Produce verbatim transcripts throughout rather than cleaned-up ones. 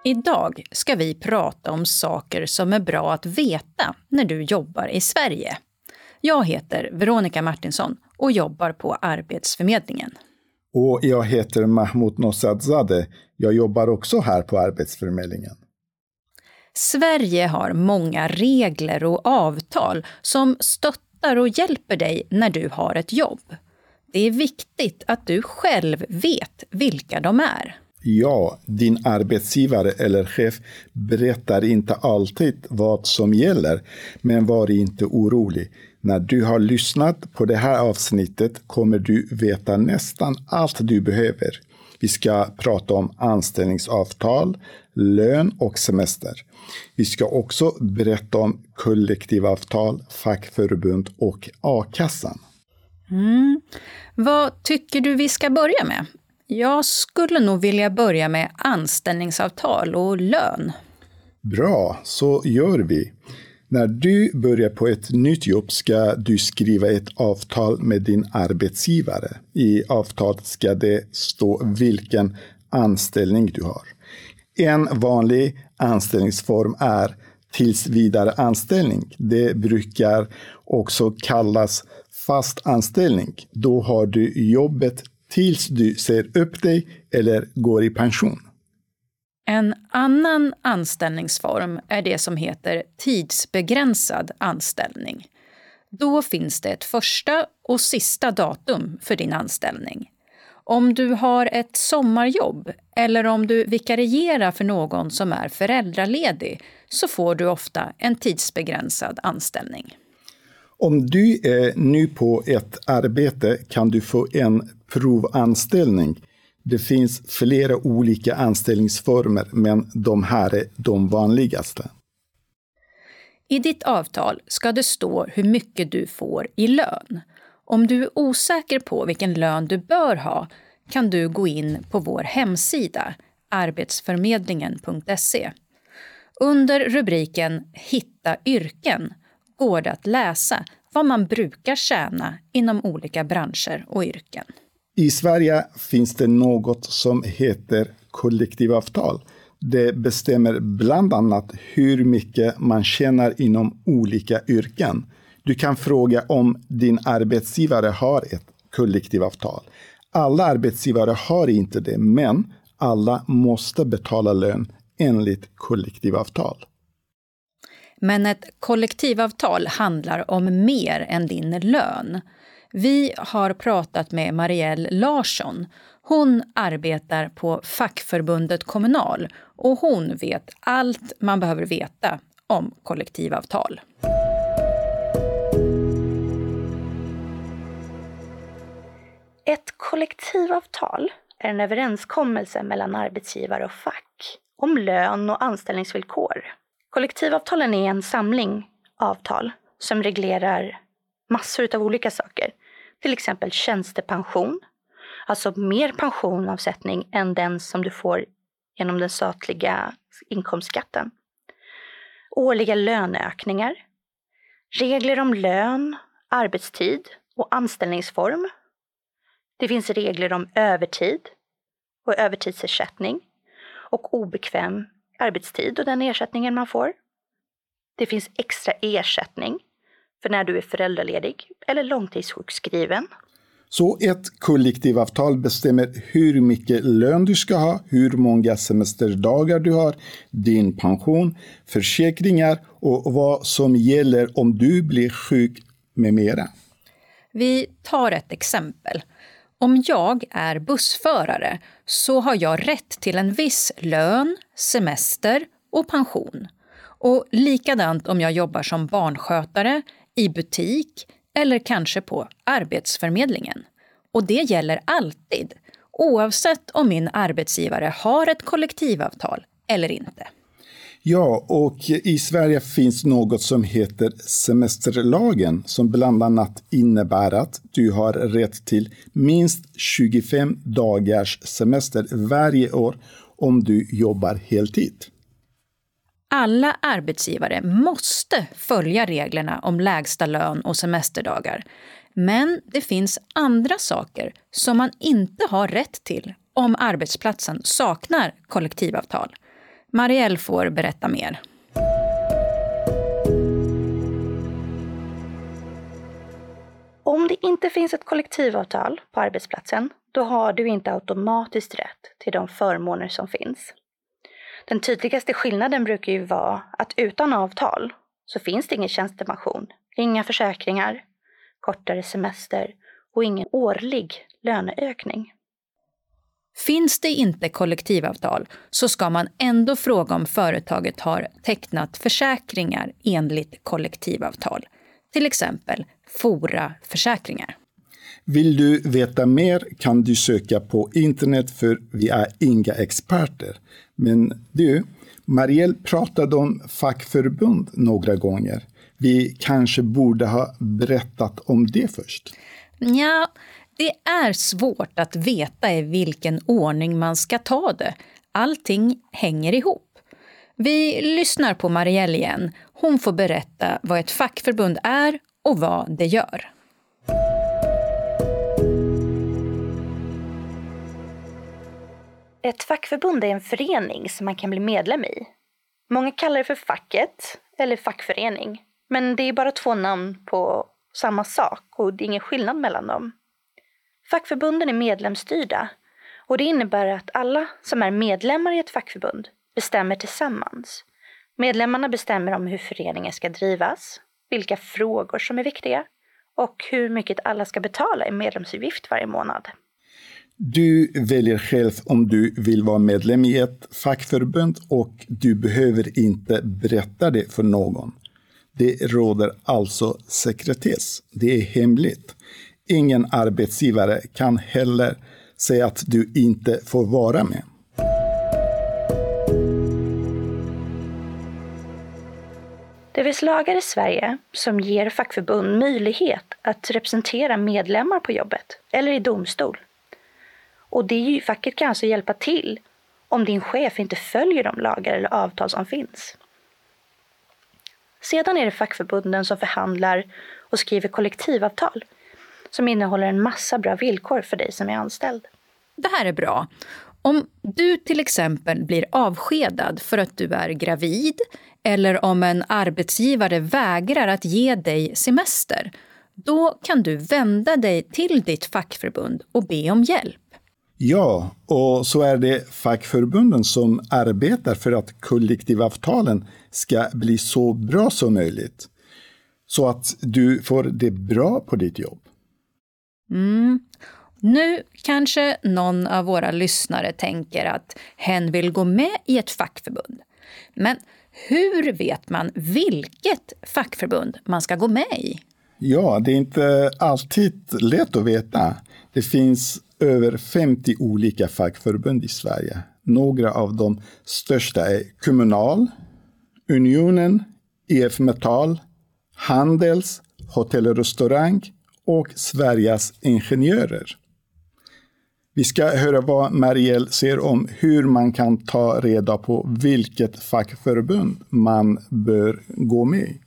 Idag ska vi prata om saker som är bra att veta när du jobbar i Sverige. Jag heter Veronica Martinsson och jobbar på Arbetsförmedlingen. Och jag heter Mahmoud Nosadzadeh. Jag jobbar också här på Arbetsförmedlingen. Sverige har många regler och avtal som stöttar och hjälper dig när du har ett jobb. Det är viktigt att du själv vet vilka de är. Ja, din arbetsgivare eller chef berättar inte alltid vad som gäller, men var inte orolig. När du har lyssnat på det här avsnittet kommer du veta nästan allt du behöver. Vi ska prata om anställningsavtal, lön och semester. Vi ska också berätta om kollektivavtal, fackförbund och a-kassan. Mm. Vad tycker du vi ska börja med? Jag skulle nog vilja börja med anställningsavtal och lön. Bra, så gör vi. När du börjar på ett nytt jobb ska du skriva ett avtal med din arbetsgivare. I avtalet ska det stå vilken anställning du har. En vanlig anställningsform är tillsvidare anställning. Det brukar också kallas fast anställning. Då har du jobbet tills du ser upp dig eller går i pension. En annan anställningsform är det som heter tidsbegränsad anställning. Då finns det ett första och sista datum för din anställning. Om du har ett sommarjobb eller om du vikarierar för någon som är föräldraledig så får du ofta en tidsbegränsad anställning. Om du är ny på ett arbete kan du få en provanställning. Det finns flera olika anställningsformer, men de här är de vanligaste. I ditt avtal ska det stå hur mycket du får i lön. Om du är osäker på vilken lön du bör ha kan du gå in på vår hemsida arbetsförmedlingen punkt se. Under rubriken Hitta yrken går det att läsa vad man brukar tjäna inom olika branscher och yrken. I Sverige finns det något som heter kollektivavtal. Det bestämmer bland annat hur mycket man tjänar inom olika yrken. Du kan fråga om din arbetsgivare har ett kollektivavtal. Alla arbetsgivare har inte det, men alla måste betala lön enligt kollektivavtal. Men ett kollektivavtal handlar om mer än din lön. Vi har pratat med Marielle Larsson. Hon arbetar på fackförbundet Kommunal och hon vet allt man behöver veta om kollektivavtal. Ett kollektivavtal är en överenskommelse mellan arbetsgivare och fack om lön och anställningsvillkor. Kollektivavtalen är en samling avtal som reglerar massor av olika saker. Till exempel tjänstepension, alltså mer pensionavsättning än den som du får genom den statliga inkomstskatten. Årliga löneökningar, regler om lön, arbetstid och anställningsform. Det finns regler om övertid och övertidsersättning och obekväm arbetstid och den ersättningen man får. Det finns extra ersättning för när du är föräldraledig eller långtidssjukskriven. Så ett kollektivavtal bestämmer hur mycket lön du ska ha, hur många semesterdagar du har, din pension, försäkringar och vad som gäller om du blir sjuk med mera. Vi tar ett exempel. Om jag är bussförare så har jag rätt till en viss lön, semester och pension. Och likadant om jag jobbar som barnskötare, i butik eller kanske på Arbetsförmedlingen. Och det gäller alltid, oavsett om min arbetsgivare har ett kollektivavtal eller inte. Ja, och i Sverige finns något som heter semesterlagen som bland annat innebär att du har rätt till minst tjugofem dagars semester varje år om du jobbar heltid. Alla arbetsgivare måste följa reglerna om lägsta lön och semesterdagar. Men det finns andra saker som man inte har rätt till om arbetsplatsen saknar kollektivavtal. Marielle får berätta mer. Om det inte finns ett kollektivavtal på arbetsplatsen, då har du inte automatiskt rätt till de förmåner som finns. Den tydligaste skillnaden brukar ju vara att utan avtal så finns det ingen tjänstepension, inga försäkringar, kortare semester och ingen årlig löneökning. Finns det inte kollektivavtal så ska man ändå fråga om företaget har tecknat försäkringar enligt kollektivavtal. Till exempel Fora-försäkringar. Vill du veta mer kan du söka på internet, för vi är inga experter. Men du, Marielle pratade om fackförbund några gånger. Vi kanske borde ha berättat om det först. Ja, det är svårt att veta i vilken ordning man ska ta det. Allting hänger ihop. Vi lyssnar på Marielle igen. Hon får berätta vad ett fackförbund är och vad det gör. Ett fackförbund är en förening som man kan bli medlem i. Många kallar det för facket eller fackförening. Men det är bara två namn på samma sak och det är ingen skillnad mellan dem. Fackförbunden är medlemsstyrda och det innebär att alla som är medlemmar i ett fackförbund bestämmer tillsammans. Medlemmarna bestämmer om hur föreningen ska drivas, vilka frågor som är viktiga och hur mycket alla ska betala i medlemsavgift varje månad. Du väljer själv om du vill vara medlem i ett fackförbund och du behöver inte berätta det för någon. Det råder alltså sekretess. Det är hemligt. Ingen arbetsgivare kan heller säga att du inte får vara med. Det finns lagar i Sverige som ger fackförbund möjlighet att representera medlemmar på jobbet eller i domstol. Och det är ju, facket kan alltså hjälpa till om din chef inte följer de lagar eller avtal som finns. Sedan är det fackförbunden som förhandlar och skriver kollektivavtal som innehåller en massa bra villkor för dig som är anställd. Det här är bra. Om du till exempel blir avskedad för att du är gravid eller om en arbetsgivare vägrar att ge dig semester, då kan du vända dig till ditt fackförbund och be om hjälp. Ja, och så är det fackförbunden som arbetar för att kollektivavtalen ska bli så bra som möjligt. Så att du får det bra på ditt jobb. Mm. Nu kanske någon av våra lyssnare tänker att hen vill gå med i ett fackförbund. Men hur vet man vilket fackförbund man ska gå med i? Ja, det är inte alltid lätt att veta. Det finns över femtio olika fackförbund i Sverige. Några av de största är Kommunal, Unionen, I F Metall, Handels, Hotell och Restaurang och Sveriges Ingenjörer. Vi ska höra vad Marielle säger om hur man kan ta reda på vilket fackförbund man bör gå med i.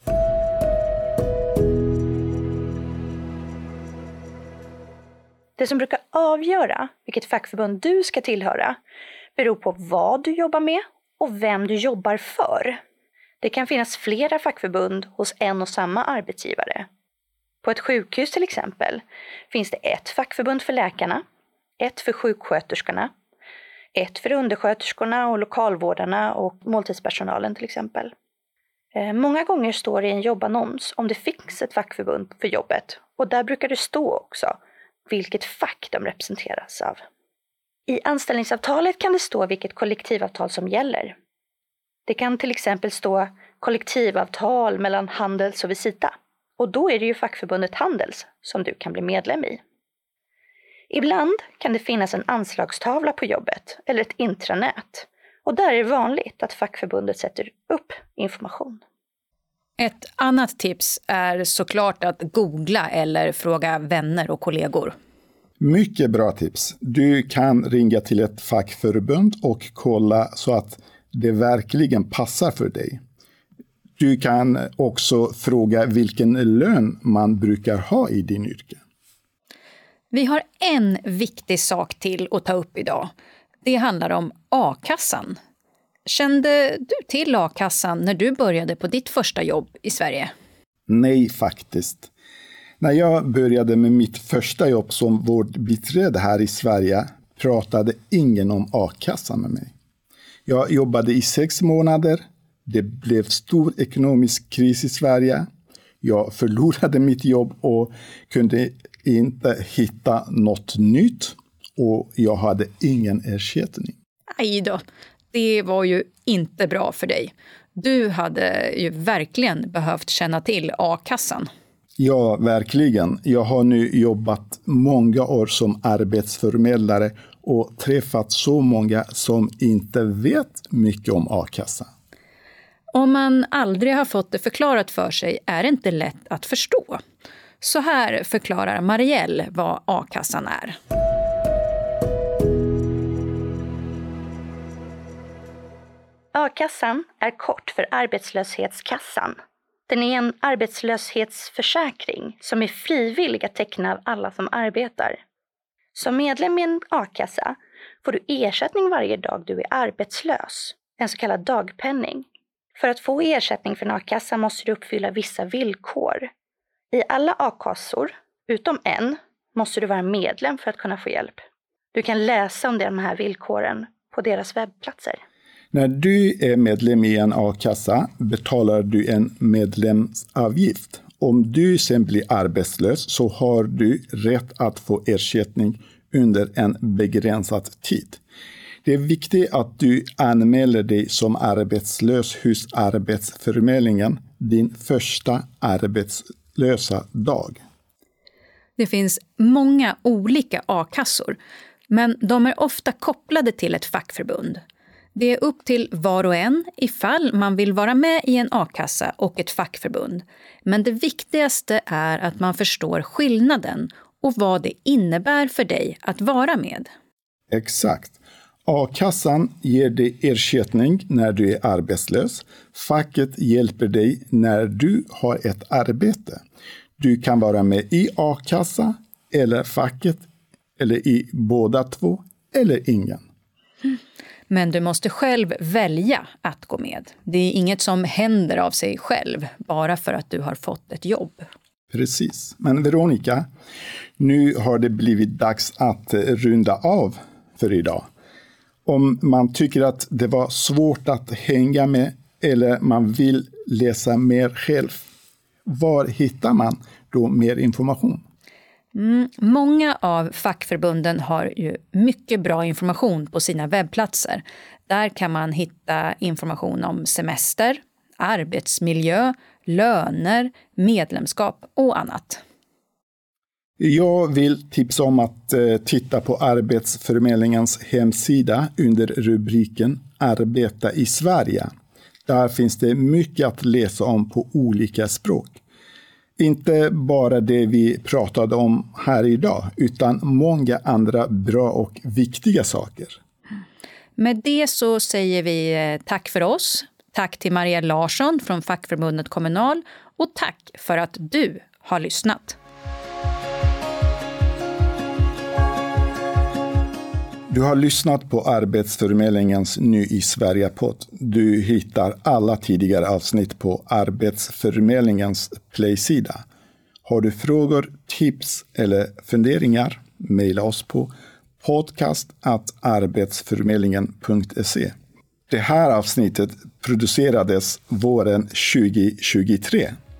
Det som brukar avgöra vilket fackförbund du ska tillhöra beror på vad du jobbar med och vem du jobbar för. Det kan finnas flera fackförbund hos en och samma arbetsgivare. På ett sjukhus till exempel finns det ett fackförbund för läkarna, ett för sjuksköterskorna, ett för undersköterskorna och lokalvårdarna och måltidspersonalen till exempel. Många gånger står det i en jobbannons om det finns ett fackförbund för jobbet och där brukar det stå också vilket fack de representeras av. I anställningsavtalet kan det stå vilket kollektivavtal som gäller. Det kan till exempel stå kollektivavtal mellan Handels och Visita. Och då är det ju fackförbundet Handels som du kan bli medlem i. Ibland kan det finnas en anslagstavla på jobbet eller ett intranät. Och där är det vanligt att fackförbundet sätter upp information. Ett annat tips är såklart att googla eller fråga vänner och kollegor. Mycket bra tips. Du kan ringa till ett fackförbund och kolla så att det verkligen passar för dig. Du kan också fråga vilken lön man brukar ha i din yrke. Vi har en viktig sak till att ta upp idag. Det handlar om a-kassan. Kände du till a-kassan när du började på ditt första jobb i Sverige? Nej, faktiskt. När jag började med mitt första jobb som vårdbiträde här i Sverige pratade ingen om a-kassan med mig. Jag jobbade i sex månader. Det blev stor ekonomisk kris i Sverige. Jag förlorade mitt jobb och kunde inte hitta något nytt. Och jag hade ingen ersättning. Aj då, det var ju inte bra för dig. Du hade ju verkligen behövt känna till a-kassan. Ja, verkligen. Jag har nu jobbat många år som arbetsförmedlare och träffat så många som inte vet mycket om a-kassa. Om man aldrig har fått det förklarat för sig är det inte lätt att förstå. Så här förklarar Marielle vad a-kassan är. A-kassan är kort för arbetslöshetskassan. Den är en arbetslöshetsförsäkring som är frivillig att teckna av alla som arbetar. Som medlem i en a-kassa får du ersättning varje dag du är arbetslös, en så kallad dagpenning. För att få ersättning från a-kassa måste du uppfylla vissa villkor. I alla a-kassor, utom en, måste du vara medlem för att kunna få hjälp. Du kan läsa om de här villkoren på deras webbplatser. När du är medlem i en a-kassa betalar du en medlemsavgift. Om du sen blir arbetslös så har du rätt att få ersättning under en begränsad tid. Det är viktigt att du anmäler dig som arbetslös hos Arbetsförmedlingen din första arbetslösa dag. Det finns många olika a-kassor, men de är ofta kopplade till ett fackförbund. Det är upp till var och en ifall man vill vara med i en a-kassa och ett fackförbund. Men det viktigaste är att man förstår skillnaden och vad det innebär för dig att vara med. Exakt. A-kassan ger dig ersättning när du är arbetslös. Facket hjälper dig när du har ett arbete. Du kan vara med i a-kassa eller facket eller i båda två eller ingen. Mm. Men du måste själv välja att gå med. Det är inget som händer av sig själv bara för att du har fått ett jobb. Precis. Men Veronica, nu har det blivit dags att runda av för idag. Om man tycker att det var svårt att hänga med eller man vill läsa mer själv, var hittar man då mer information? Mm, många av fackförbunden har ju mycket bra information på sina webbplatser. Där kan man hitta information om semester, arbetsmiljö, löner, medlemskap och annat. Jag vill tipsa om att titta på Arbetsförmedlingens hemsida under rubriken Arbeta i Sverige. Där finns det mycket att läsa om på olika språk. Inte bara det vi pratade om här idag, utan många andra bra och viktiga saker. Med det så säger vi tack för oss. Tack till Marielle Larsson från fackförbundet Kommunal och tack för att du har lyssnat. Du har lyssnat på Arbetsförmedlingens Ny i Sverige-podd. Du hittar alla tidigare avsnitt på Arbetsförmedlingens Play-sida. Har du frågor, tips eller funderingar? Maila oss på podcast at arbetsförmedlingen punkt se. Det här avsnittet producerades våren tjugo tjugotre.